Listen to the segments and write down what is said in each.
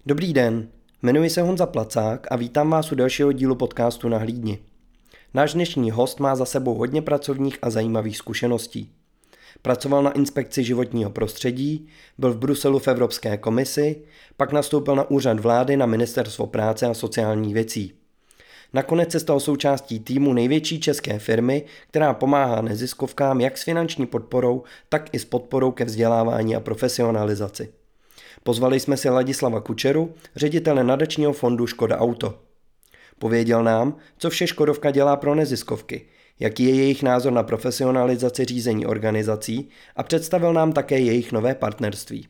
Dobrý den, jmenuji se Honza Placák a vítám vás u dalšího dílu podcastu Nahlídni. Náš dnešní host má za sebou hodně pracovních a zajímavých zkušeností. Pracoval na inspekci životního prostředí, byl v Bruselu v Evropské komisi, pak nastoupil na úřad vlády na Ministerstvo práce a sociálních věcí. Nakonec se stal součástí týmu největší české firmy, která pomáhá neziskovkám jak s finanční podporou, tak i s podporou ke vzdělávání a profesionalizaci. Pozvali jsme si Ladislava Kučeru, ředitele nadačního fondu Škoda Auto. Pověděl nám, co vše Škodovka dělá pro neziskovky, jaký je jejich názor na profesionalizaci řízení organizací a představil nám také jejich nové partnerství.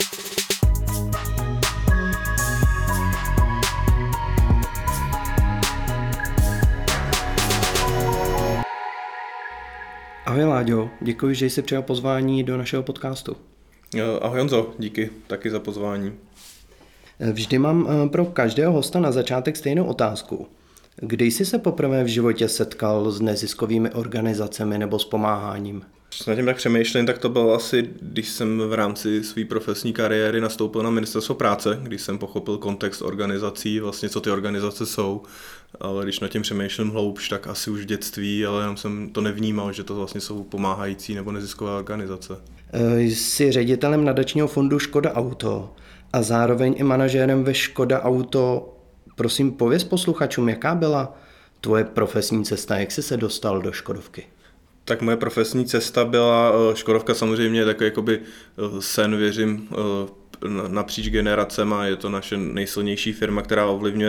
Ahoj Láďo, děkuji, že jsi přijal pozvání do našeho podcastu. Ahoj Honzo, díky taky za pozvání. Vždy mám pro každého hosta na začátek stejnou otázku. Kdy jsi se poprvé v životě setkal s neziskovými organizacemi nebo s pomáháním? Když nad tím tak přemýšlím, tak to bylo asi, když jsem v rámci své profesní kariéry nastoupil na Ministerstvo práce, když jsem pochopil kontext organizací, vlastně co ty organizace jsou. Ale když nad tím přemýšlím hloubš, tak asi už v dětství, ale jenom jsem to nevnímal, že to vlastně jsou pomáhající nebo neziskové organizace. Jsi ředitelem nadačního fondu Škoda Auto a zároveň i manažérem ve Škoda Auto. Prosím, pověz posluchačům, jaká byla tvoje profesní cesta, jak jsi se dostal do Škodovky? Tak moje profesní cesta byla, Škodovka samozřejmě takový jakoby sen, napříč generacema, je to naše nejsilnější firma, která ovlivňuje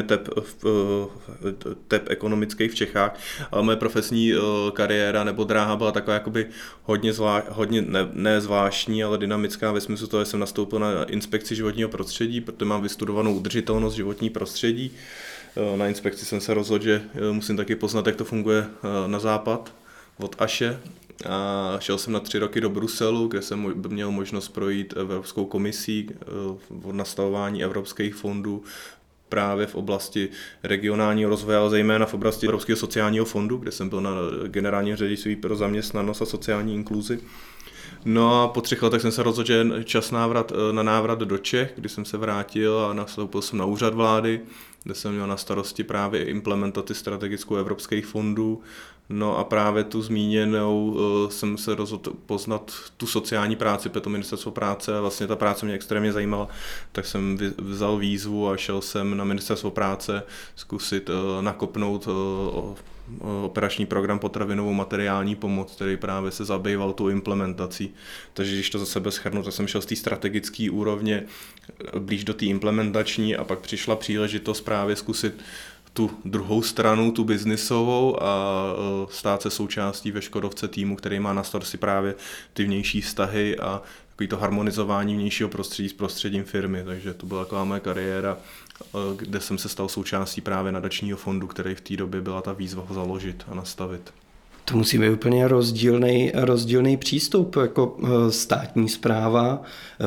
tep ekonomický v Čechách, ale moje profesní kariéra nebo dráha byla taková jakoby hodně ne zvláštní, ale dynamická ve smyslu toho, že jsem nastoupil na inspekci životního prostředí, protože mám vystudovanou udržitelnost životní prostředí. Na inspekci jsem se rozhodl, že musím taky poznat, jak to funguje na západ od Aše. A šel jsem na 3 roky do Bruselu, kde jsem měl možnost projít Evropskou komisí od nastavování evropských fondů právě v oblasti regionálního rozvoje, ale zejména v oblasti Evropského sociálního fondu, kde jsem byl na generálním ředitelství pro zaměstnanost a sociální inkluzi. No a po 3 letech jsem se rozhodl, že je čas na návrat do Čech, kdy jsem se vrátil a nastoupil jsem na úřad vlády, kde jsem měl na starosti právě implementaci strategickou evropských fondů. No a právě tu zmíněnou jsem se rozhodl poznat tu sociální práci, protože to Ministerstvo práce a vlastně ta práce mě extrémně zajímala, tak jsem vzal výzvu a šel jsem na Ministerstvo práce zkusit nakopnout operační program potravinovou materiální pomoc, který právě se zabýval tou implementací. Takže když to za sebe shrnu, tak jsem šel z té strategické úrovně blíž do té implementační a pak přišla příležitost právě zkusit tu druhou stranu, tu biznisovou a stát se součástí ve Škodovce týmu, který má na starosti právě ty vnější vztahy a takový to harmonizování vnějšího prostředí s prostředím firmy. Takže to byla taková moje kariéra, kde jsem se stal součástí právě nadačního fondu, který v té době byla ta výzva založit a nastavit. To musí být úplně rozdílný přístup, jako státní správa,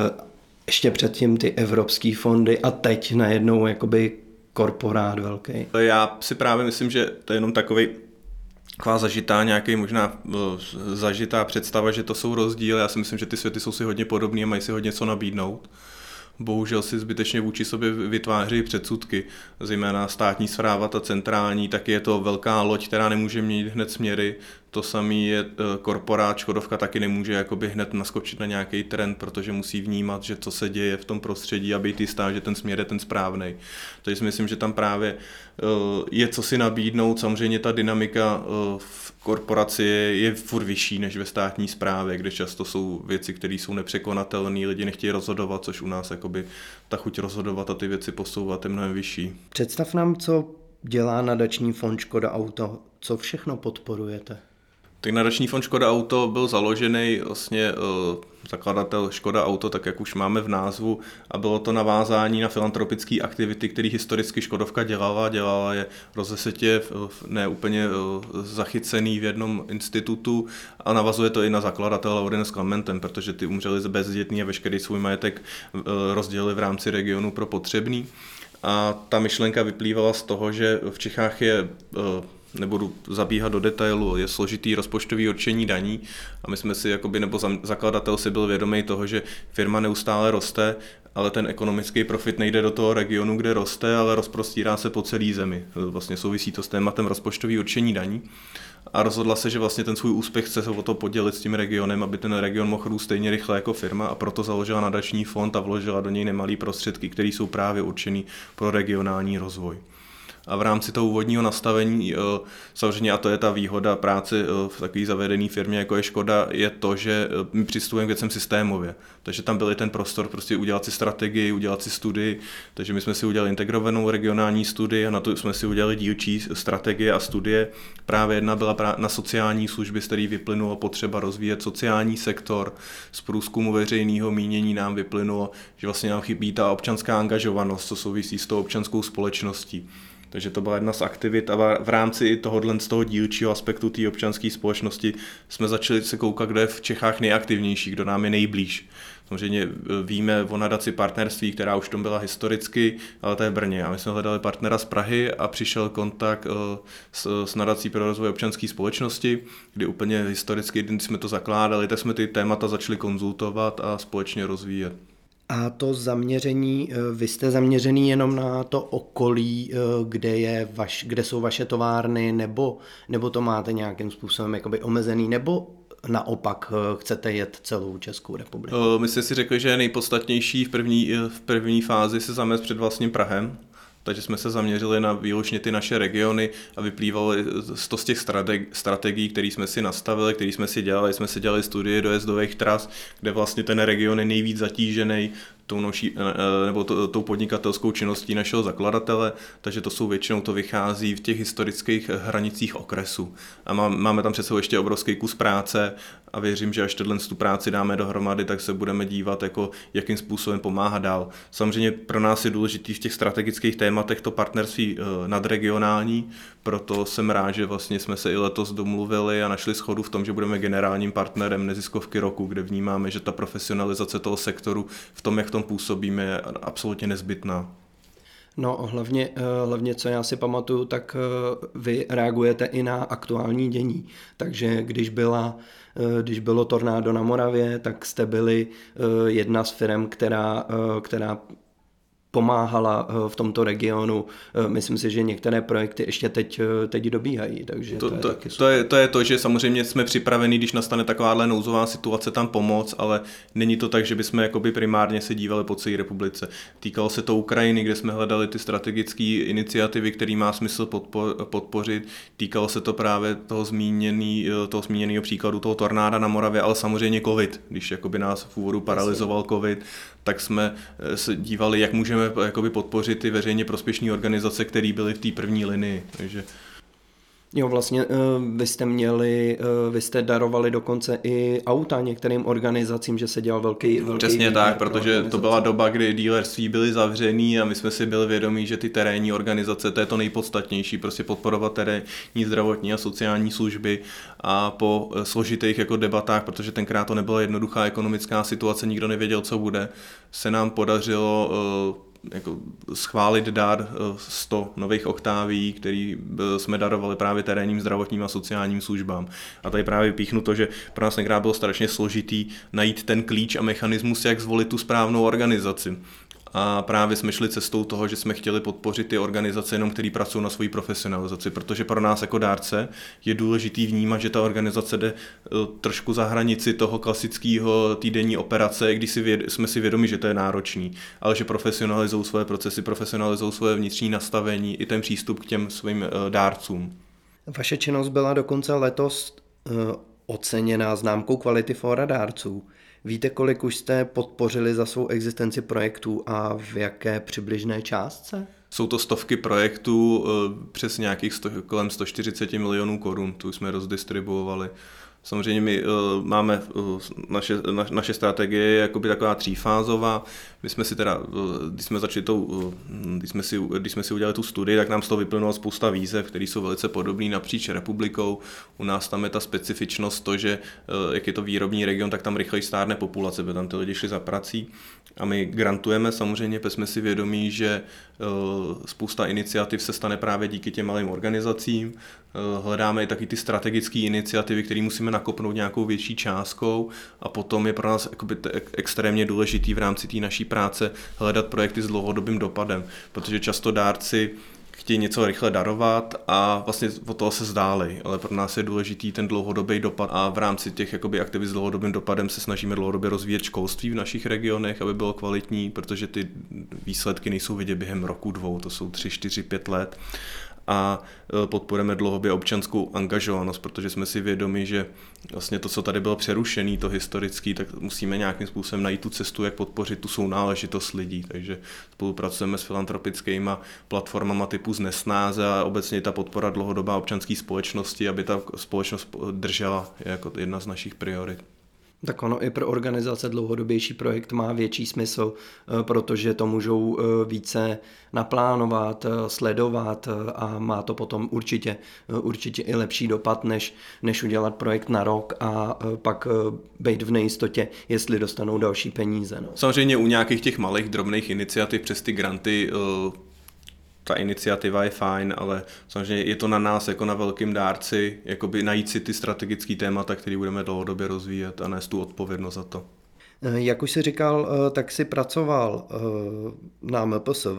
ještě předtím ty evropské fondy a teď najednou jakoby korporát velký. Já si právě myslím, že to je jenom taková zažitá, nějaký možná zažitá představa, že to jsou rozdíly. Já si myslím, že ty světy jsou si hodně podobné a mají si hodně co nabídnout. Bohužel si zbytečně vůči sobě vytváří předsudky, zejména státní správa, ta centrální, tak je to velká loď, která nemůže měnit hned směry. To samý je korporát, Škodovka taky nemůže jakoby hned naskočit na nějaký trend, protože musí vnímat, že co se děje v tom prostředí a být jistá, že ten směr je ten správnej. Takže si myslím, že tam právě je co si nabídnout. Samozřejmě ta dynamika v korporaci je furt vyšší než ve státní správě, kde často jsou věci, které jsou nepřekonatelné, lidi nechtějí rozhodovat, což u nás jakoby ta chuť rozhodovat a ty věci posouvat je mnohem vyšší. Představ nám, co dělá nadační fond Škoda Auto, co všechno podporujete? Tak nadační fond Škoda Auto byl založený vlastně zakladatel Škoda Auto, tak jak už máme v názvu, a bylo to navázání na filantropické aktivity, které historicky Škodovka dělala je rozesetě ne úplně zachycený v jednom institutu a navazuje to i na zakladatele Odin s Klementem, protože ty umřeli bezdětný a veškerý svůj majetek rozdělili v rámci regionu pro potřebný. A ta myšlenka vyplývala z toho, že v Čechách je nebudu zabíhat do detailu, je složitý rozpočtový určení daní a my jsme si, nebo zakladatel si byl vědomý toho, že firma neustále roste, ale ten ekonomický profit nejde do toho regionu, kde roste, ale rozprostírá se po celé zemi. Vlastně souvisí to s tématem rozpočtový určení daní. A rozhodla se, že vlastně ten svůj úspěch chce se o to podělit s tím regionem, aby ten region mohl růst stejně rychle jako firma, a proto založila nadační fond a vložila do něj nemalý prostředky, které jsou právě určený pro regionální rozvoj. A v rámci toho úvodního nastavení, samozřejmě, a to je ta výhoda práce v takové zavedené firmě, jako je Škoda, je to, že my přistupujeme k věcem systémově. Takže tam byl i ten prostor prostě udělat si strategii, udělat si studii, takže my jsme si udělali integrovanou regionální studii a na to jsme si udělali dílčí strategie a studie. Právě jedna byla na sociální služby, z který vyplynulo potřeba rozvíjet sociální sektor. Z průzkumu veřejného mínění nám vyplynulo, že vlastně nám chybí ta občanská angažovanost, co souvisí s tou občanskou společností. Takže to byla jedna z aktivit a v rámci tohohle z toho dílčího aspektu té občanské společnosti jsme začali se koukat, kdo je v Čechách nejaktivnější, kdo nám je nejblíž. Samozřejmě víme o nadaci Partnerství, která už tam byla historicky, ale to je v Brně. A my jsme hledali partnera z Prahy a přišel kontakt s nadací pro rozvoj občanské společnosti, kdy úplně historicky, když jsme to zakládali, tak jsme ty témata začali konzultovat a společně rozvíjet. A to zaměření, vy jste zaměřený jenom na to okolí, kde jsou vaše továrny, nebo to máte nějakým způsobem jakoby omezený, nebo naopak chcete jet celou Českou republiku? My jsme si řekli, že je nejpodstatnější v první fázi se zamést před vlastním Prahem, takže jsme se zaměřili na výlučně ty naše regiony a vyplývalo to z těch strategií, které jsme si nastavili, které jsme si dělali. Jsme si dělali studie dojezdových tras, kde vlastně ten region je nejvíc zatížený tou podnikatelskou činností našeho zakladatele, takže to většinou to vychází v těch historických hranicích okresu. A máme tam přece ještě obrovský kus práce a věřím, že až tu práci dáme dohromady, tak se budeme dívat, jakým způsobem pomáhat dál. Samozřejmě pro nás je důležitý v těch strategických tématech to partnerství nadregionální, proto jsem rád, že vlastně jsme se i letos domluvili a našli shodu v tom, že budeme generálním partnerem neziskovky roku, kde vnímáme, že ta profesionalizace toho sektoru v tom, jak v tom působíme, je absolutně nezbytná. No hlavně, co já si pamatuju, tak vy reagujete i na aktuální dění. Takže když bylo tornádo na Moravě, tak jste byli jedna z firem, která pomáhala v tomto regionu. Myslím si, že některé projekty ještě teď dobíhají. Takže to je to, že samozřejmě jsme připraveni, když nastane takováhle nouzová situace, tam pomoct, ale není to tak, že bychom jakoby primárně se dívali po celé republice. Týkalo se to Ukrajiny, kde jsme hledali ty strategické iniciativy, které má smysl podpořit. Týkalo se to právě toho zmíněného příkladu toho tornáda na Moravě, ale samozřejmě covid. Když jakoby nás v úvodu paralyzoval covid, tak jsme se dívali, jak můžeme jakoby podpořit ty veřejně prospěšné organizace, které byly v té první linii. Takže... Jo, vlastně vy jste darovali dokonce i auta některým organizacím, že se dělal velký Přesně tak, protože to byla doba, kdy dealerství byly zavřený a my jsme si byli vědomí, že ty terénní organizace, to je to nejpodstatnější, prostě podporovat terénní zdravotní a sociální služby a po složitých jako debatách, protože tenkrát to nebyla jednoduchá ekonomická situace, nikdo nevěděl, co bude, se nám podařilo schválit dar 100 nových oktáví, který jsme darovali právě terénním zdravotním a sociálním službám. A tady právě píchnu to, že pro nás tenkrát bylo strašně složitý najít ten klíč a mechanismus, jak zvolit tu správnou organizaci. A právě jsme šli cestou toho, že jsme chtěli podpořit ty organizace jenom, které pracují na svoji profesionalizaci, protože pro nás jako dárce je důležitý vnímat, že ta organizace jde trošku za hranici toho klasického týdenní operace, když jsme si vědomi, že to je náročný, ale že profesionalizují své procesy, profesionalizují své vnitřní nastavení i ten přístup k těm svým dárcům. Vaše činnost byla dokonce letos oceněná známkou kvality fóra dárců. Víte, kolik už jste podpořili za svou existenci projektů a v jaké přibližné částce? Jsou to stovky projektů, přes nějakých kolem 140 milionů korun, tu jsme rozdistribuovali Samozřejmě my máme, naše strategie je jakoby taková třífázová. My jsme si teda, když jsme si udělali tu studii, tak nám z toho vyplynulo spousta výzev, které jsou velice podobné napříč republikou. U nás tam je ta specifičnost to, že jak je to výrobní region, tak tam rychleji stárne populace, protože tam ty lidi šli za prací. A my grantujeme samozřejmě, protože jsme si vědomí, že spousta iniciativ se stane právě díky těm malým organizacím. Hledáme i taky ty strategické iniciativy, které musíme nakopnout nějakou větší částkou a potom je pro nás extrémně důležitý v rámci té naší práce hledat projekty s dlouhodobým dopadem, protože často dárci chtějí něco rychle darovat a vlastně od toho se zdálej, ale pro nás je důležitý ten dlouhodobý dopad a v rámci těch aktivit s dlouhodobým dopadem se snažíme dlouhodobě rozvíjet školství v našich regionech, aby bylo kvalitní, protože ty výsledky nejsou vidět během roku, dvou, to jsou 3, 4, 5 let. A podporujeme dlouhodobě občanskou angažovanost, protože jsme si vědomi, že vlastně to, co tady bylo přerušené, to historický, tak musíme nějakým způsobem najít tu cestu, jak podpořit tu sounáležitost lidí. Takže spolupracujeme s filantropickými platformama typu Znesnáze a obecně ta podpora dlouhodobá občanské společnosti, aby ta společnost držela jako jedna z našich priorit. Tak ono i pro organizace dlouhodobější projekt má větší smysl, protože to můžou více naplánovat, sledovat a má to potom určitě i lepší dopad, než udělat projekt na rok a pak být v nejistotě, jestli dostanou další peníze. No. Samozřejmě u nějakých těch malých drobných iniciativ přes ty granty ta iniciativa je fajn, ale samozřejmě je to na nás jako na velkým dárci jakoby najít si ty strategické témata, které budeme dlouhodobě rozvíjet a nést tu odpovědnost za to. Jak už jsi říkal, tak jsi pracoval na MPSV,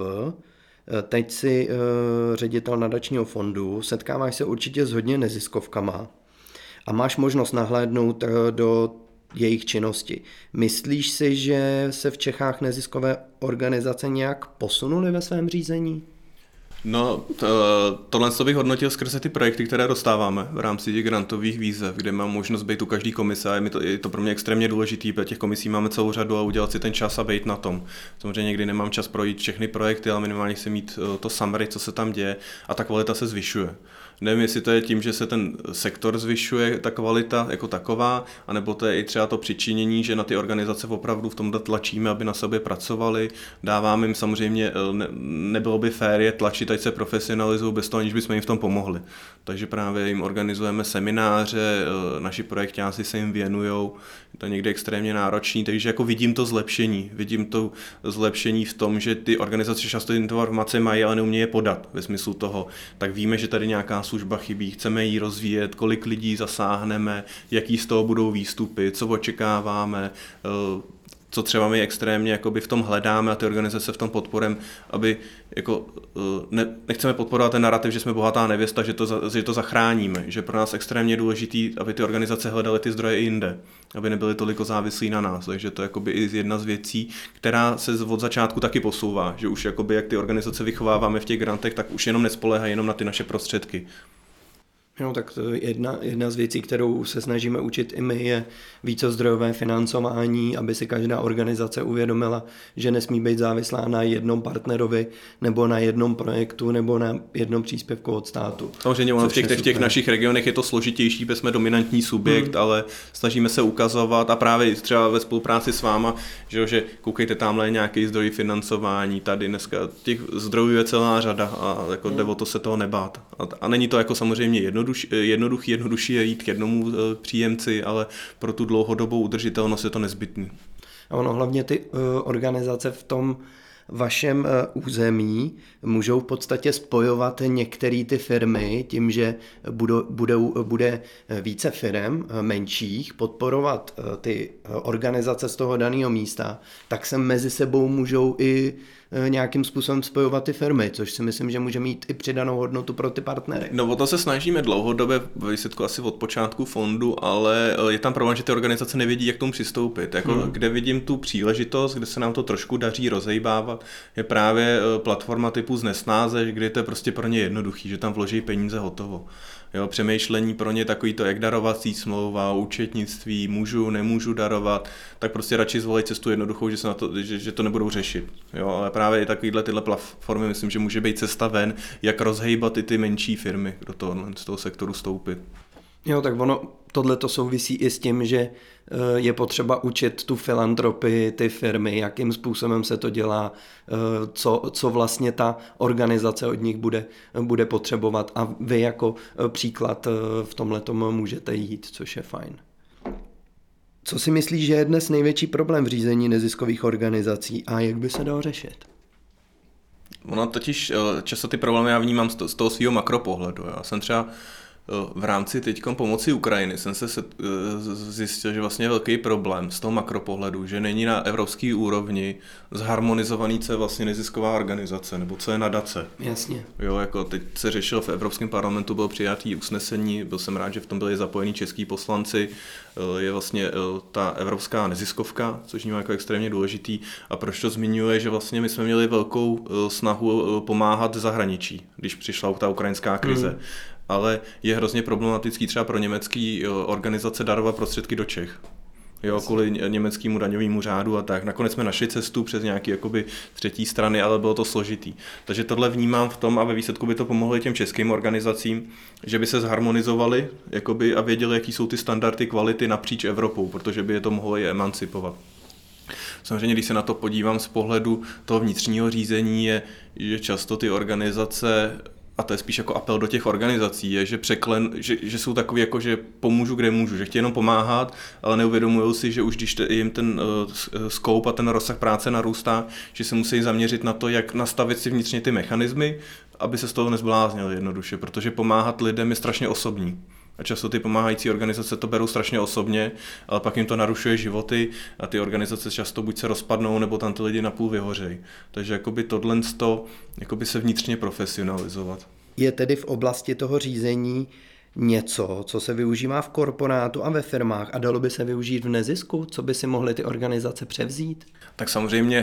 teď jsi ředitel nadačního fondu, setkáváš se určitě s hodně neziskovkama a máš možnost nahlédnout do jejich činnosti. Myslíš si, že se v Čechách neziskové organizace nějak posunuly ve svém řízení? No, tohle bych hodnotil skrze ty projekty, které dostáváme v rámci těch grantových výzev, kde mám možnost být u každý komise a je to pro mě extrémně důležitý, protože těch komisí máme celou řadu a udělat si ten čas a být na tom. Samozřejmě někdy nemám čas projít všechny projekty, ale minimálně chci mít to summary, co se tam děje a ta kvalita se zvyšuje. Nevím, jestli to je tím, že se ten sektor zvyšuje, ta kvalita jako taková, anebo to je i třeba to přičinění, že na ty organizace opravdu v tomto tlačíme, aby na sobě pracovali. Dáváme jim samozřejmě, nebylo by fér je tlačit, ať se profesionalizují bez toho, aniž bychom jim v tom pomohli. Takže právě jim organizujeme semináře, naši projektáci se jim věnujou, je to někdy extrémně náročný, takže jako vidím to zlepšení v tom, že ty organizace často informace mají, ale neumějí je podat ve smyslu toho, tak víme, že tady nějaká služba chybí, chceme ji rozvíjet, kolik lidí zasáhneme, jaký z toho budou výstupy, co očekáváme, co třeba my extrémně jakoby v tom hledáme a ty organizace v tom podporem, aby jako, nechceme podporovat ten narrativ, že jsme bohatá nevěsta, že to zachráníme, že pro nás extrémně důležitý, aby ty organizace hledaly ty zdroje i jinde, aby nebyly toliko závislí na nás, takže to je jakoby i jedna z věcí, která se od začátku taky posouvá, že už jakoby, jak ty organizace vychováváme v těch grantech, tak už jenom nespoléhají jenom na ty naše prostředky. No, tak jedna z věcí, kterou se snažíme učit i my, je vícezdrojové financování, aby si každá organizace uvědomila, že nesmí být závislá na jednom partnerovi nebo na jednom projektu nebo na jednom příspěvku od státu. Samozřejmě v těch našich regionech je to složitější, protože jsme dominantní subjekt, ale snažíme se ukazovat a právě třeba ve spolupráci s váma, že koukejte, tamhle je nějaký zdroj financování, tady dneska těch zdrojů je celá řada a jako jde o to se toho nebát. A není to jako samozřejmě jednodušší je jít k jednomu příjemci, ale pro tu dlouhodobou udržitelnost je to nezbytný. A ono hlavně ty organizace v tom vašem území můžou v podstatě spojovat některé ty firmy tím, že bude více firem menších podporovat ty organizace z toho daného místa, tak se mezi sebou můžou i nějakým způsobem spojovat ty firmy, což si myslím, že může mít i přidanou hodnotu pro ty partnery. No o to se snažíme dlouhodobě, ve výsledku asi od počátku fondu, ale je tam problém, že ty organizace nevědí, jak k tomu přistoupit. Kde vidím tu příležitost, kde se nám to trošku daří rozejbávat, je právě platforma typu Znesnáze, kde to je prostě pro ně jednoduchý, že tam vloží peníze hotovo. Jo, přemýšlení pro ně takový to, jak darovací smlouva, účetnictví, můžu, nemůžu darovat, tak prostě radši zvolí cestu jednoduchou, že to nebudou řešit. Jo, ale právě i tyhle platformy myslím, že může být cesta ven, jak rozhejbat i ty menší firmy do toho sektoru stoupit. Jo, tak ono, tohle to souvisí i s tím, že je potřeba učit tu filantropii, ty firmy, jakým způsobem se to dělá, co vlastně ta organizace od nich bude potřebovat a vy jako příklad v tomhletom můžete jít, což je fajn. Co si myslíš, že je dnes největší problém v řízení neziskových organizací a jak by se dal řešit? Ono totiž často ty problémy já vnímám z toho svého makropohledu. Já jsem třeba v rámci teďkom pomoci Ukrajiny jsem se zjistil, že vlastně je velký problém z toho makropohledu, že není na evropské úrovni zharmonizovaný, co je vlastně nezisková organizace, nebo co je nadace. Jasně. Jo, jako teď se řešilo v Evropském parlamentu, bylo přijatý usnesení, byl jsem rád, že v tom byli zapojení český poslanci, je vlastně ta evropská neziskovka, což je jako extrémně důležitý. A proč to zmiňuje, že vlastně my jsme měli velkou snahu pomáhat zahraničí, když přišla ta ukrajinská krize. Ale je hrozně problematický třeba pro německý organizace darovat prostředky do Čech. Jo, kvůli německému daňovému řádu a tak. Nakonec jsme našli cestu přes nějaké jakoby třetí strany, ale bylo to složitý. Takže tohle vnímám v tom a ve výsledku by to pomohlo i těm českým organizacím, že by se zharmonizovali jakoby, a věděli, jaký jsou ty standardy kvality napříč Evropou, protože by je to mohlo i emancipovat. Samozřejmě, když se na to podívám z pohledu toho vnitřního řízení, je, že často ty organizace, a to je spíš jako apel do těch organizací, je, že jsou takový jako, že pomůžu, kde můžu, že chtějí jenom pomáhat, ale neuvědomují si, že už když jim ten scope a ten rozsah práce narůstá, že se musí zaměřit na to, jak nastavit si vnitřně ty mechanismy, aby se z toho nezbláznili jednoduše, protože pomáhat lidem je strašně osobní. A často ty pomáhající organizace to berou strašně osobně, ale pak jim to narušuje životy a ty organizace často buď se rozpadnou, nebo tam ty lidi napůl vyhořejí. Takže jakoby tohle jakoby se vnitřně profesionalizovat. Je tedy v oblasti toho řízení něco, co se využívá v korporátu a ve firmách a dalo by se využít v nezisku, co by si mohly ty organizace převzít? Tak samozřejmě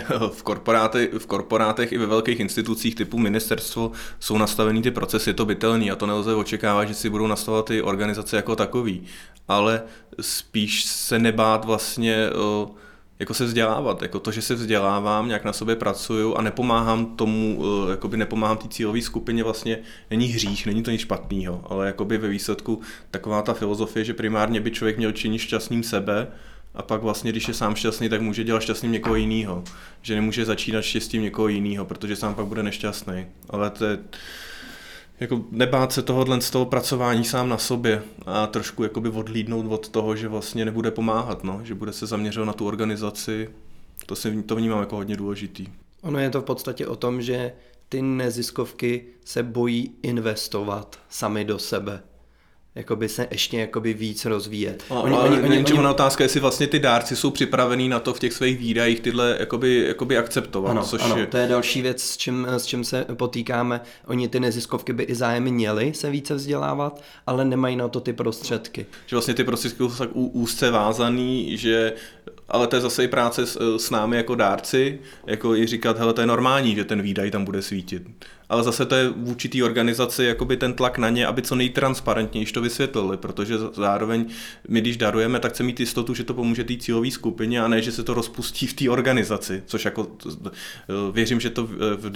v korporátech i ve velkých institucích typu ministerstvo jsou nastavený ty procesy, je to bytelný a to nelze očekávat, že si budou nastavovat ty organizace jako takový, ale spíš se nebát vlastně jako se vzdělávat, jako to, že se vzdělávám, nějak na sobě pracuju a nepomáhám tomu, jakoby nepomáhám té cílové skupině, vlastně není hřích, není to nic špatného, ale jakoby ve výsledku taková ta filozofie, že primárně by člověk měl činit šťastným sebe a pak vlastně, když je sám šťastný, tak může dělat šťastným někoho jiného, že nemůže začínat štěstím někoho jiného, protože sám pak bude nešťastný, ale to je jako nebát se tohohle z toho pracování sám na sobě a trošku jakoby odhlídnout od toho, že vlastně nebude pomáhat, no, že bude se zaměřovat na tu organizaci, to vnímám jako hodně důležitý. Ono je to v podstatě o tom, že ty neziskovky se bojí investovat sami do sebe. Jakoby se ještě jakoby víc rozvíjet. Ona otázka, jestli vlastně ty dárci jsou připravený na to v těch svých výdajích tyhle jakoby akceptovat. Ano, to je další věc, s čím se potýkáme. Oni ty neziskovky by i zájem měli se více vzdělávat, ale nemají na to ty prostředky. Že vlastně ty prostředky jsou tak úzce vázaný, že ale to je zase i práce s námi jako dárci, jako i říkat, hele, to je normální, že ten výdaj tam bude svítit. Ale zase to je v určitý organizaci jakoby ten tlak na ně, aby co nejtransparentnější to vysvětlili, protože zároveň my, když darujeme, tak chceme mít jistotu, že to pomůže té cílové skupině a ne, že se to rozpustí v té organizaci, což jako věřím, že to v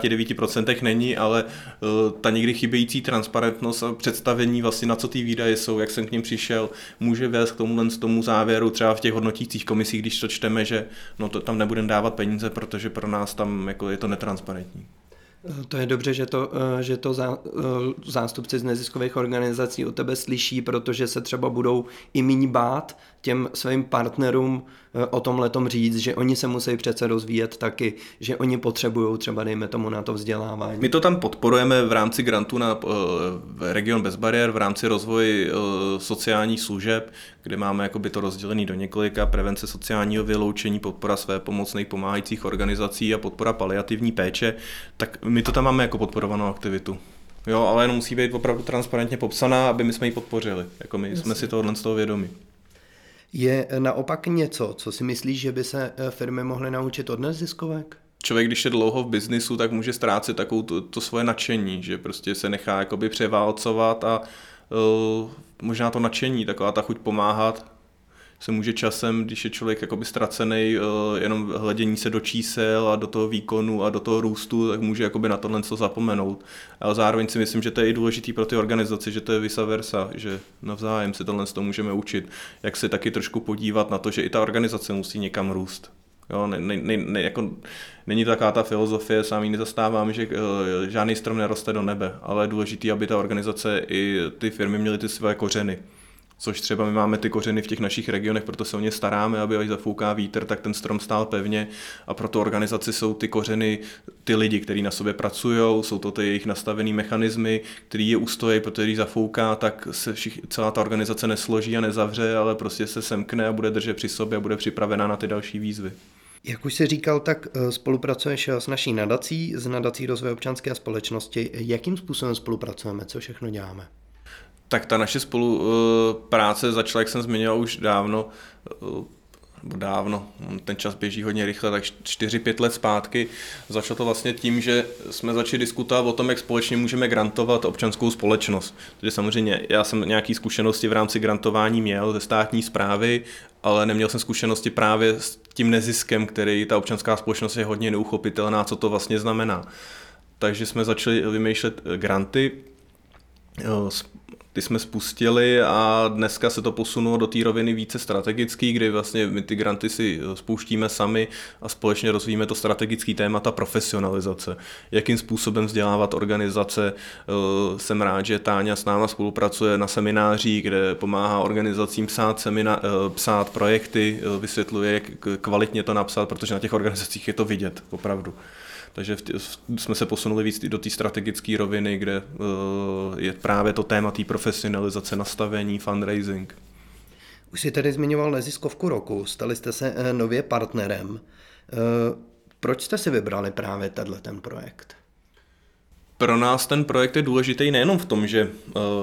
99% není, ale ta někdy chybějící transparentnost a představení vlastně na co ty výdaje jsou, jak jsem k ním přišel, může vést k tomu závěru třeba v těch hodnotících komisích, když to čteme, že no to tam nebudeme dávat peníze, protože pro nás tam jako je to netransparentní. To je dobře, že to zástupci z neziskových organizací o tebe slyší, protože se třeba budou i míň bát těm svým partnerům o tomhletom říct, že oni se musí přece rozvíjet taky, že oni potřebují třeba, dejme tomu, na to vzdělávání. My to tam podporujeme v rámci grantu na Region bez bariér, v rámci rozvoji sociálních služeb, kde máme jakoby to rozdělené do několika: prevence sociálního vyloučení, podpora svépomocných pomáhajících organizací a podpora paliativní péče, tak my to tam máme jako podporovanou aktivitu. Jo, ale jenom musí být opravdu transparentně popsaná, aby my jsme ji podpořili. Jako my jsme si tohle z toho vědomi. Je naopak něco, co si myslíš, že by se firmy mohly naučit od neziskovek? Člověk, když je dlouho v biznisu, tak může ztrácet takovou to svoje nadšení, že prostě se nechá jakoby převálcovat a možná to nadšení, taková ta chuť pomáhat, se může časem, když je člověk jakoby ztracený, jenom hledění se do čísel a do toho výkonu a do toho růstu, tak může jakoby na tohle zapomenout. Ale zároveň si myslím, že to je i důležitý pro ty organizace, že to je vice versa, že navzájem si tohle můžeme učit, jak se taky trošku podívat na to, že i ta organizace musí někam růst. Jo, jako, není to taková ta filozofie, sám ji nezastávám, že žádný strom neroste do nebe, ale je důležité, aby ta organizace i ty firmy měly ty své kořeny. Což třeba my máme ty kořeny v těch našich regionech, proto se o ně staráme, aby až zafouká vítr, tak ten strom stál pevně a proto organizaci jsou ty kořeny, ty lidi, kteří na sobě pracují, jsou to ty jejich nastavený mechanismy, který je ustojí, protože když zafouká, tak se celá ta organizace nesloží a nezavře, ale prostě se semkne a bude držet při sobě a bude připravená na ty další výzvy. Jak už jsi říkal, tak spolupracuješ s naší nadací, s nadací rozvoje občanské společnosti. Jakým způsobem spolupracujeme, co všechno děláme? Tak ta naše spolupráce začala, jak jsem zmiňoval, už dávno, ten čas běží hodně rychle, tak 4-5 let zpátky. Začalo to vlastně tím, že jsme začali diskutovat o tom, jak společně můžeme grantovat občanskou společnost. Takže samozřejmě já jsem nějaké zkušenosti v rámci grantování měl ze státní správy, ale neměl jsem zkušenosti právě s tím neziskem, který ta občanská společnost je hodně neuchopitelná, co to vlastně znamená. Takže jsme začali vymýšlet granty, ty jsme spustili a dneska se to posunulo do té roviny více strategický, kdy vlastně my ty granty si spouštíme sami a společně rozvíjíme to strategický téma, ta profesionalizace. Jakým způsobem vzdělávat organizace. Jsem rád, že Táňa s náma spolupracuje na seminářích, kde pomáhá organizacím psát projekty, vysvětluje, jak kvalitně to napsat, protože na těch organizacích je to vidět, opravdu. Takže jsme se posunuli víc do té strategické roviny, kde je právě to téma té profesionalizace, nastavení, fundraising. Už jsi tady zmiňoval neziskovku roku, stali jste se nově partnerem. Proč jste si vybrali právě ten projekt? Pro nás ten projekt je důležitý nejenom v tom, že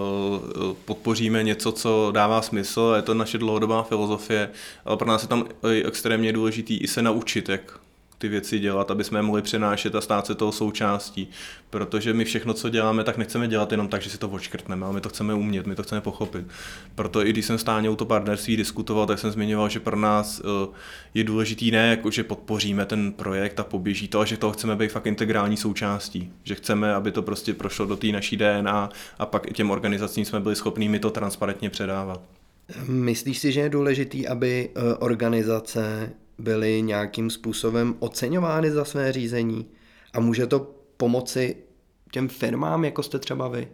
podpoříme něco, co dává smysl, je to naše dlouhodobá filozofie, ale pro nás je tam extrémně důležitý i se naučit, jak ty věci dělat, aby jsme je mohli přenášet a stát se toho součástí. Protože my všechno, co děláme, tak nechceme dělat jenom tak, že si to odškrtneme, ale my to chceme umět, my to chceme pochopit. Proto i když jsem s Táňou to partnerství diskutoval, tak jsem zmiňoval, že pro nás je důležitý ne, jako že podpoříme ten projekt a poběží to, ale že toho chceme být fakt integrální součástí. Že chceme, aby to prostě prošlo do té naší DNA a pak i těm organizacím jsme byli schopní mi to transparentně předávat. Myslíš si, že je důležitý, aby organizace byly nějakým způsobem oceňovány za své řízení a může to pomoci těm firmám, jako jste třeba vy?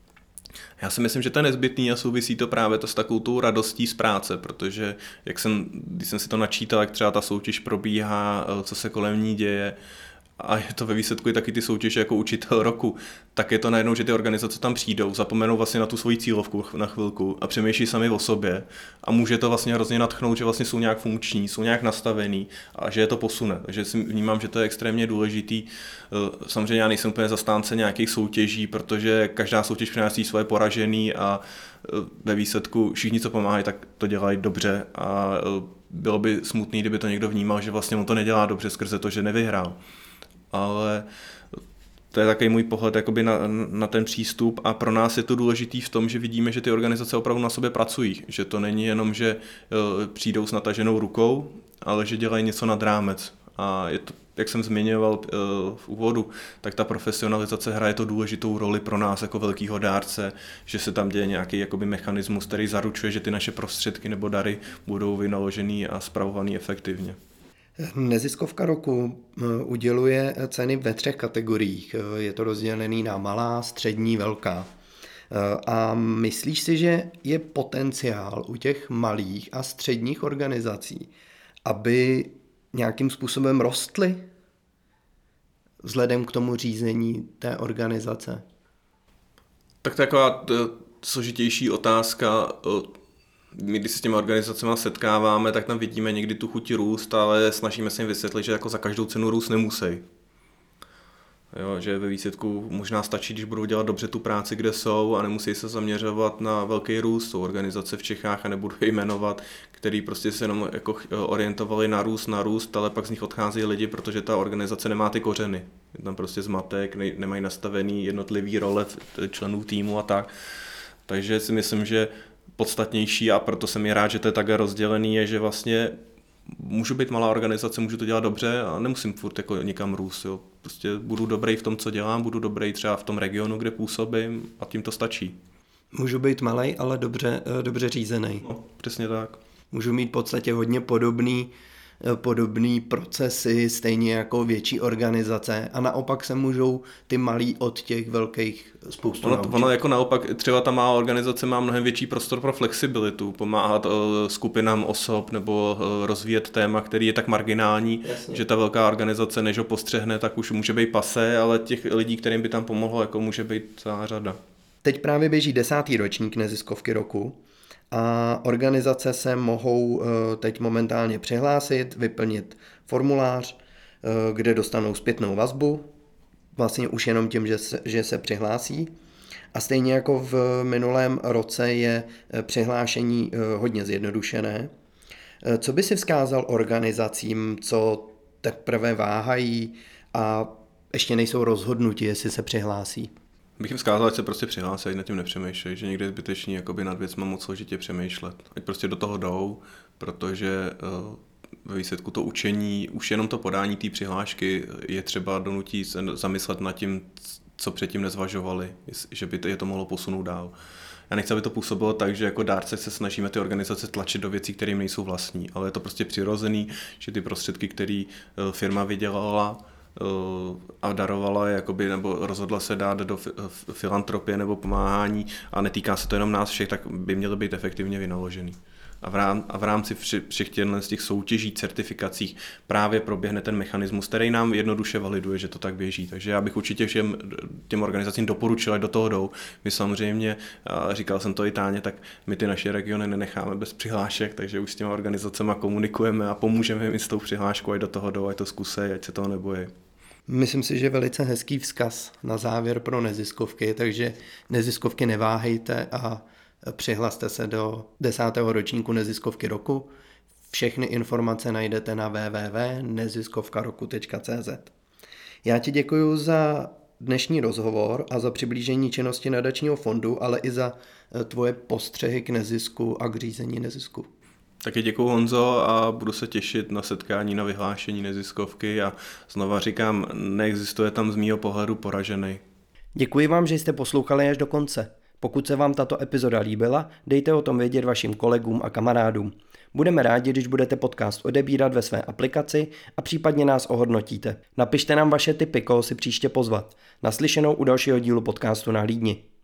Já si myslím, že to je nezbytný a souvisí to právě to s takovou tou radostí z práce, protože když jsem si to načítal, jak třeba ta soutěž probíhá, co se kolem ní děje, a je to ve výsledku i taky ty soutěže jako učitel roku, tak je to najednou, že ty organizace tam přijdou, zapomenou vlastně na tu svoji cílovku na chvilku a přemýšlí sami o sobě a může to vlastně hrozně nadchnout, že vlastně jsou nějak funkční, jsou nějak nastavený a že je to posune. Takže si vnímám, že to je extrémně důležitý. Samozřejmě já nejsem úplně zastánce nějakých soutěží, protože každá soutěž přináší svoje poražený a ve výsledku všichni, co pomáhají, tak to dělají dobře a bylo by smutný, kdyby to někdo vnímal, že vlastně on to nedělá dobře skrze to, že nevyhrál. Ale to je takový můj pohled jakoby na ten přístup a pro nás je to důležitý v tom, že vidíme, že ty organizace opravdu na sobě pracují, že to není jenom, že přijdou s nataženou rukou, ale že dělají něco nad rámec. A je to, jak jsem zmiňoval v úvodu, tak ta profesionalizace hraje to důležitou roli pro nás jako velkýho dárce, že se tam děje nějaký jakoby mechanismus, který zaručuje, že ty naše prostředky nebo dary budou vynaložený a spravovaný efektivně. Neziskovka roku uděluje ceny ve 3 kategoriích. Je to rozdělený na malá, střední, velká. A myslíš si, že je potenciál u těch malých a středních organizací, aby nějakým způsobem rostly vzhledem k tomu řízení té organizace? Tak taková složitější otázka. My, když se s těmi organizacemi setkáváme, tak tam vidíme někdy tu chuť růst, ale snažíme se jim vysvětlit, že jako za každou cenu růst nemusí. Jo, že ve výsledku možná stačí, když budou dělat dobře tu práci, kde jsou a nemusí se zaměřovat na velký růst. Jsou organizace v Čechách a nebudu je jmenovat, který prostě se jenom jako orientovali na růst, ale pak z nich odcházejí lidi, protože ta organizace nemá ty kořeny. Je tam prostě zmatek, nemají nastavený jednotlivý role členů týmu a tak. Takže si myslím, že podstatnější a proto jsem i rád, že to je takhle rozdělený, je, že vlastně můžu být malá organizace, můžu to dělat dobře a nemusím furt jako někam růst. Jo. Prostě budu dobrý v tom, co dělám, budu dobrý třeba v tom regionu, kde působím a tím to stačí. Můžu být malej, ale dobře řízený. No, přesně tak. Můžu mít v podstatě hodně podobný procesy, stejně jako větší organizace a naopak se můžou ty malí od těch velkých spoustu naučit. Ono jako naopak, třeba ta malá organizace má mnohem větší prostor pro flexibilitu, pomáhat skupinám osob nebo rozvíjet téma, který je tak marginální, Jasně. že ta velká organizace, než ho postřehne, tak už může být pasé, ale těch lidí, kterým by tam pomohlo, jako může být celá řada. Teď právě běží 10. ročník neziskovky roku a organizace se mohou teď momentálně přihlásit, vyplnit formulář, kde dostanou zpětnou vazbu, vlastně už jenom tím, že se přihlásí. A stejně jako v minulém roce je přihlášení hodně zjednodušené. Co by si vzkázal organizacím, co teprve váhají a ještě nejsou rozhodnuti, jestli se přihlásí? Bych jim vzkázal, ať se prostě přihlásí, ať nad tím nepřemýšlej, že někdy je zbytečný jakoby nad věcma moc složitě přemýšlet. Ať prostě do toho jdou, protože ve výsledku to učení, už jenom to podání té přihlášky je třeba donutí se zamyslet nad tím, co předtím nezvažovali, že by je to mohlo posunout dál. Já nechci, aby to působilo tak, že jako dárce se snažíme ty organizace tlačit do věcí, které jim nejsou vlastní, ale je to prostě přirozený, že ty prostředky, které firma vydělala a darovala, jakoby, nebo rozhodla se dát do filantropie nebo pomáhání a netýká se to jenom nás všech, tak by měly být efektivně vynaložený. A v rámci všech těch soutěží, certifikacích právě proběhne ten mechanismus, který nám jednoduše validuje, že to tak běží. Takže já bych určitě všem těm organizacím doporučil, ať do toho jdou. My samozřejmě, říkal jsem to i Táně, tak my ty naše regiony nenecháme bez přihlášek, takže už s těma organizacemi komunikujeme a pomůžeme jim s tou přihláškou, ať do toho jdou, ať to zkusej, ať se toho nebojí. Myslím si, že velice hezký vzkaz na závěr pro neziskovky, takže neziskovky neváhejte a přihlaste se do 10. ročníku neziskovky roku. Všechny informace najdete na www.neziskovkaroku.cz. Já ti děkuji za dnešní rozhovor a za přiblížení činnosti nadačního fondu, ale i za tvoje postřehy k nezisku a k řízení nezisku. Taky děkuju, Honzo, a budu se těšit na setkání na vyhlášení neziskovky a znova říkám, neexistuje tam z mýho pohledu poražený. Děkuji vám, že jste poslouchali až do konce. Pokud se vám tato epizoda líbila, dejte o tom vědět vašim kolegům a kamarádům. Budeme rádi, když budete podcast odebírat ve své aplikaci a případně nás ohodnotíte. Napište nám vaše tipy, koho si příště pozvat. Naslyšenou u dalšího dílu podcastu Na hlídni.